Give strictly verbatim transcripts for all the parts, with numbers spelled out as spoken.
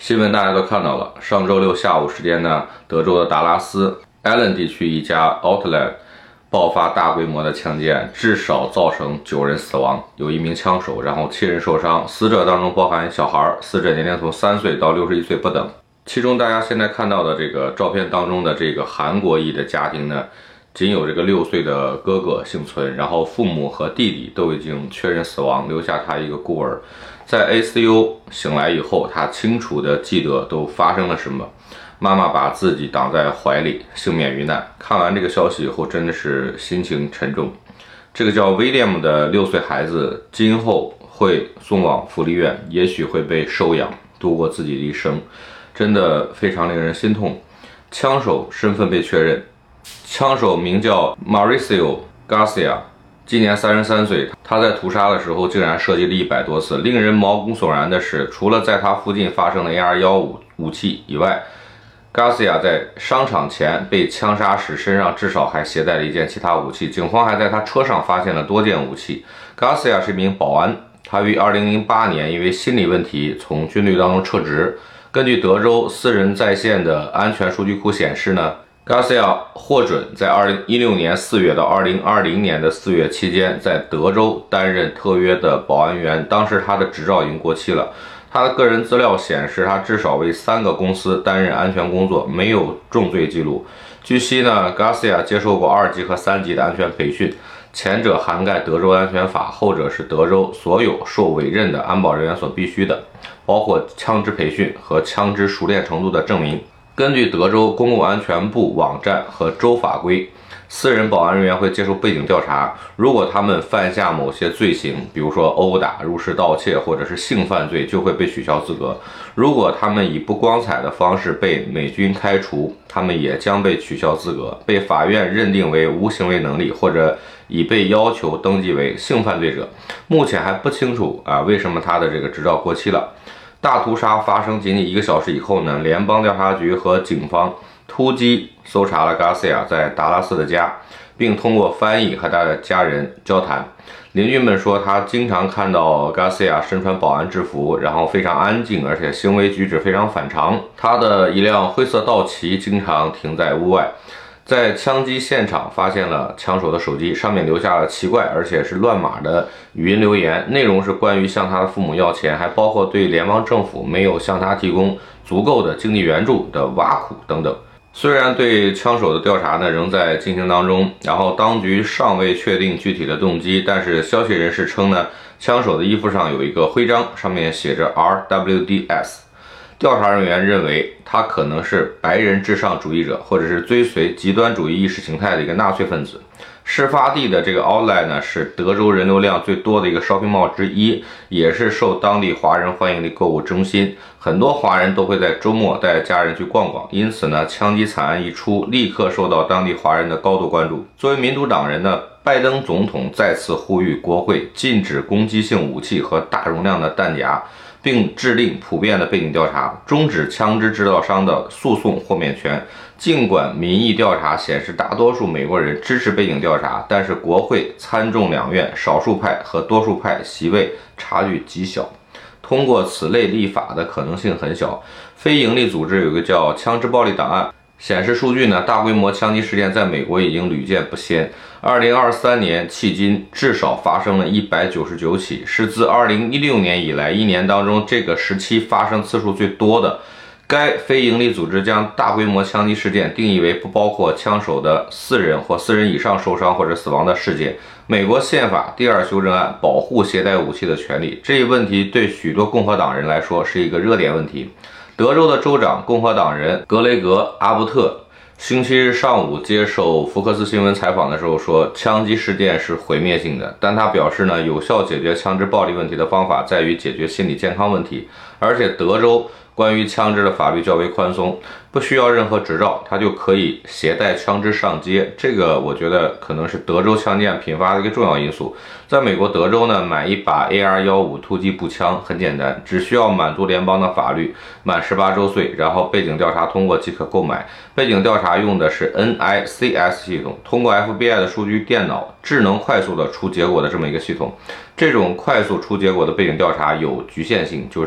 新闻大家都看到了，上周六下午时间呢，德州的达拉斯 Allen 地区一家 Outlet 爆发大规模的枪击案，至少造成九人死亡，有一名枪手，然后七人受伤，死者当中包含小孩，死者年龄从三岁到六十一岁不等。其中大家现在看到的这个照片当中的这个韩国裔的家庭呢，仅有这个六岁的哥哥幸存，然后父母和弟弟都已经确认死亡，留下他一个孤儿。在 A C U 醒来以后，他清楚地记得都发生了什么。妈妈把自己挡在怀里，幸免于难。看完这个消息以后，真的是心情沉重。这个叫 William 的六岁孩子，今后会送往福利院，也许会被收养，度过自己的一生，真的非常令人心痛。枪手身份被确认，枪手名叫 Mauricio Garcia。今年三十三岁，他在屠杀的时候竟然射击了一百多次。令人毛骨悚然的是，除了在他附近发生的 A R 十五 武器以外， Garcia 在商场前被枪杀时身上至少还携带了一件其他武器。警方还在他车上发现了多件武器。Garcia 是一名保安，他于二零零八年因为心理问题从军队当中撤职。根据德州私人在线的安全数据库显示呢，Garcia 获准在二零一六年四月到二零二零年的四月期间，在德州担任特约的保安员。当时他的执照已经过期了。他的个人资料显示，他至少为三个公司担任安全工作，没有重罪记录。据悉呢 ，Garcia 接受过二级和三级的安全培训，前者涵盖德州安全法，后者是德州所有受委任的安保人员所必须的，包括枪支培训和枪支熟练程度的证明。根据德州公共安全部网站和州法规，私人保安人员会接受背景调查。如果他们犯下某些罪行，比如说殴打、入室盗窃或者是性犯罪，就会被取消资格。如果他们以不光彩的方式被美军开除，他们也将被取消资格，被法院认定为无行为能力，或者已被要求登记为性犯罪者。目前还不清楚啊，为什么他的这个执照过期了。大屠杀发生仅仅一个小时以后呢，联邦调查局和警方突击搜查了 Garcia 在达拉斯的家，并通过翻译和他的家人交谈。邻居们说，他经常看到 Garcia 身穿保安制服，然后非常安静，而且行为举止非常反常。他的一辆灰色道奇经常停在屋外。在枪击现场发现了枪手的手机，上面留下了奇怪而且是乱码的语音留言，内容是关于向他的父母要钱，还包括对联邦政府没有向他提供足够的经济援助的挖苦等等。虽然对枪手的调查呢仍在进行当中，然后当局尚未确定具体的动机，但是消息人士称呢，枪手的衣服上有一个徽章，上面写着 R W D S。调查人员认为他可能是白人至上主义者，或者是追随极端主义意识形态的一个纳粹分子。事发地的这个 Outlet 呢，是德州人流量最多的一个 shopping mall 之一，也是受当地华人欢迎的购物中心。很多华人都会在周末带家人去逛逛，因此呢，枪击惨案一出，立刻受到当地华人的高度关注。作为民主党人呢，拜登总统再次呼吁国会禁止攻击性武器和大容量的弹夹，并制定普遍的背景调查，终止枪支制造商的诉讼豁免权。尽管民意调查显示大多数美国人支持背景调查，但是国会参众两院少数派和多数派席位差距极小，通过此类立法的可能性很小。非营利组织有一个叫枪支暴力档案，显示数据呢，大规模枪击事件在美国已经屡见不鲜。二零二三年迄今至少发生了一百九十九起，是自二零一六年以来一年当中这个时期发生次数最多的。该非营利组织将大规模枪击事件定义为不包括枪手的四人或四人以上受伤或者死亡的事件。美国宪法第二修正案保护携带武器的权利，这一问题对许多共和党人来说是一个热点问题。德州的州长共和党人格雷格·阿布特星期日上午接受福克斯新闻采访的时候说，枪击事件是毁灭性的，但他表示呢，有效解决枪支暴力问题的方法在于解决心理健康问题，而且德州关于枪支的法律较为宽松，不需要任何执照，他就可以携带枪支上街。这个我觉得可能是德州枪击案频发的一个重要因素。在美国德州呢，买一把 A R 十五 突击步枪很简单，只需要满足联邦的法律，满十八周岁，然后背景调查通过即可购买。背景调查用的是 N I C S 系统，通过 F B I 的数据电脑智能快速的出结果的这么一个系统。这种快速出结果的背景调查有局限性，就是调查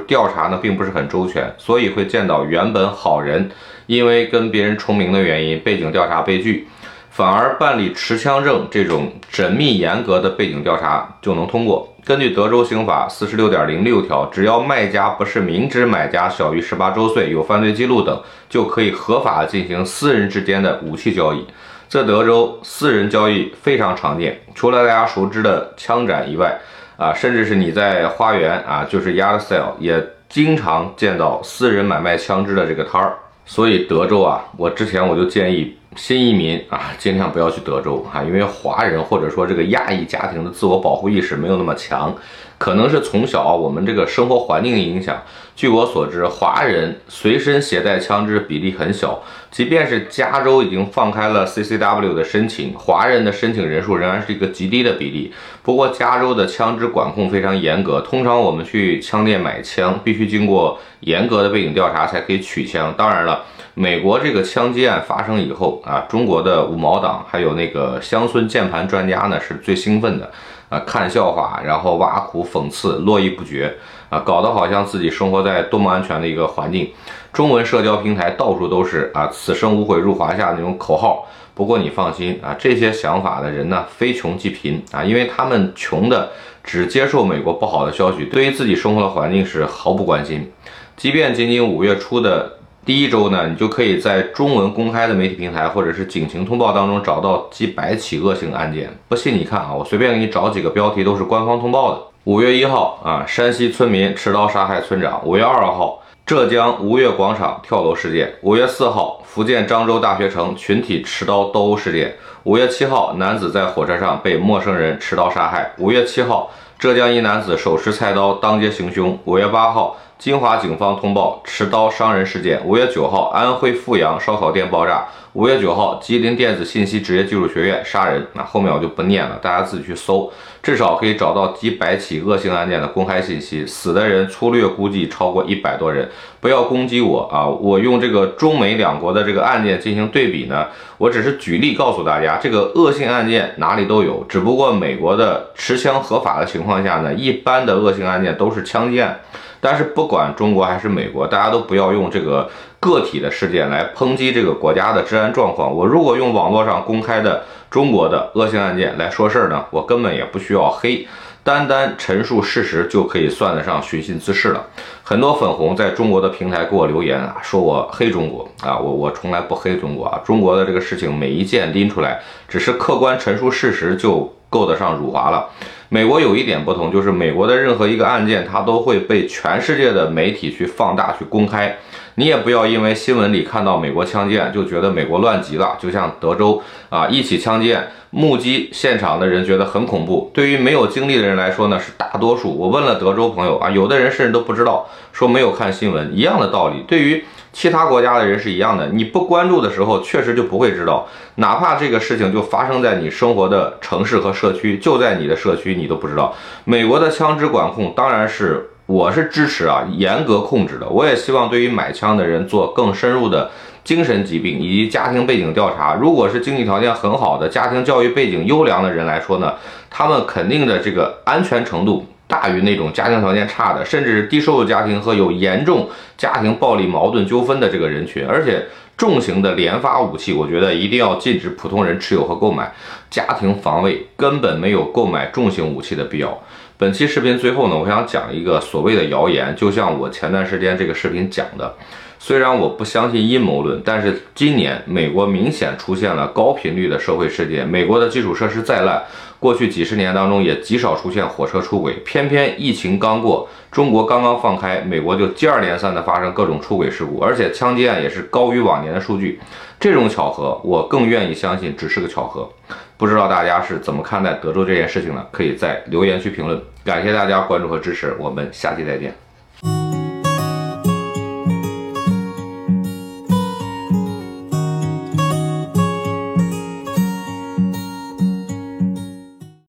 查呢并不是很周全，所以会见到原本好人因为跟别人重名的原因背景调查被拒，反而办理持枪证这种缜密严格的背景调查就能通过。根据德州刑法 四十六点零六 条，只要卖家不是明知买家小于十八周岁、有犯罪记录等，就可以合法进行私人之间的武器交易。在德州，私人交易非常常见，除了大家熟知的枪展以外，啊，甚至是你在花园啊，就是 yard sale， 也经常见到私人买卖枪支的这个摊儿。所以德州啊，我之前我就建议新移民啊，尽量不要去德州啊，因为华人或者说这个亚裔家庭的自我保护意识没有那么强，可能是从小我们这个生活环境的影响。据我所知，华人随身携带枪支比例很小，即便是加州已经放开了 C C W 的申请，华人的申请人数仍然是一个极低的比例。不过加州的枪支管控非常严格，通常我们去枪店买枪必须经过严格的背景调查才可以取枪。当然了，美国这个枪击案发生以后啊，中国的五毛党还有那个乡村键盘专家呢是最兴奋的啊，看笑话，然后挖苦讽刺，络绎不绝啊，搞得好像自己生活在多么安全的一个环境。中文社交平台到处都是啊，此生无悔入华夏那种口号。不过你放心啊，这些想法的人呢，非穷即贫啊，因为他们穷的只接受美国不好的消息，对于自己生活的环境是毫不关心。即便仅仅五月初的第一周呢，你就可以在中文公开的媒体平台或者是警情通报当中找到几百起恶性案件。不信你看啊，我随便给你找几个标题都是官方通报的。五月一号啊，山西村民持刀杀害村长。五月二号，浙江吴越广场跳楼事件。五月四号，福建漳州大学城群体持刀斗殴事件。五月七号，男子在火车上被陌生人持刀杀害。五月七号，浙江一男子手持菜刀当街行凶。五月八号，金华警方通报持刀伤人事件。五月九号，安徽阜阳烧烤店爆炸。五月九号，吉林电子信息职业技术学院杀人。那后面我就不念了，大家自己去搜，至少可以找到几百起恶性案件的公开信息，死的人粗略估计超过一百多人。不要攻击我啊！我用这个中美两国的这个案件进行对比呢，我只是举例告诉大家，这个恶性案件哪里都有，只不过美国的持枪合法的情况下呢，一般的恶性案件都是枪击案。但是不管中国还是美国，大家都不要用这个个体的事件来抨击这个国家的治安状况。我如果用网络上公开的中国的恶性案件来说事儿呢，我根本也不需要黑，单单陈述事实就可以算得上寻衅滋事了。很多粉红在中国的平台给我留言啊，说我黑中国啊，我我从来不黑中国啊。中国的这个事情每一件拎出来，只是客观陈述事实就够得上辱华了。美国有一点不同，就是美国的任何一个案件，它都会被全世界的媒体去放大、去公开。你也不要因为新闻里看到美国枪击案就觉得美国乱极了，就像德州啊一起枪击案，目击现场的人觉得很恐怖，对于没有经历的人来说呢是大多数。我问了德州朋友啊，有的人甚至都不知道，说没有看新闻，一样的道理。对于其他国家的人是一样的，你不关注的时候确实就不会知道，哪怕这个事情就发生在你生活的城市和社区，就在你的社区你都不知道。美国的枪支管控当然是我是支持啊，严格控制的。我也希望对于买枪的人做更深入的精神疾病以及家庭背景调查。如果是经济条件很好的、家庭教育背景优良的人来说呢，他们肯定的这个安全程度大于那种家庭条件差的，甚至是低收入家庭和有严重家庭暴力矛盾纠纷的这个人群。而且重型的连发武器，我觉得一定要禁止普通人持有和购买，家庭防卫根本没有购买重型武器的必要。本期视频最后呢，我想讲一个所谓的谣言，就像我前段时间这个视频讲的，虽然我不相信阴谋论，但是今年美国明显出现了高频率的社会事件。美国的基础设施再烂，过去几十年当中也极少出现火车出轨，偏偏疫情刚过，中国刚刚放开，美国就接二连三的发生各种出轨事故，而且枪击案也是高于往年的数据。这种巧合，我更愿意相信只是个巧合。不知道大家是怎么看待德州这件事情呢？可以在留言区评论。感谢大家关注和支持，我们下期再见。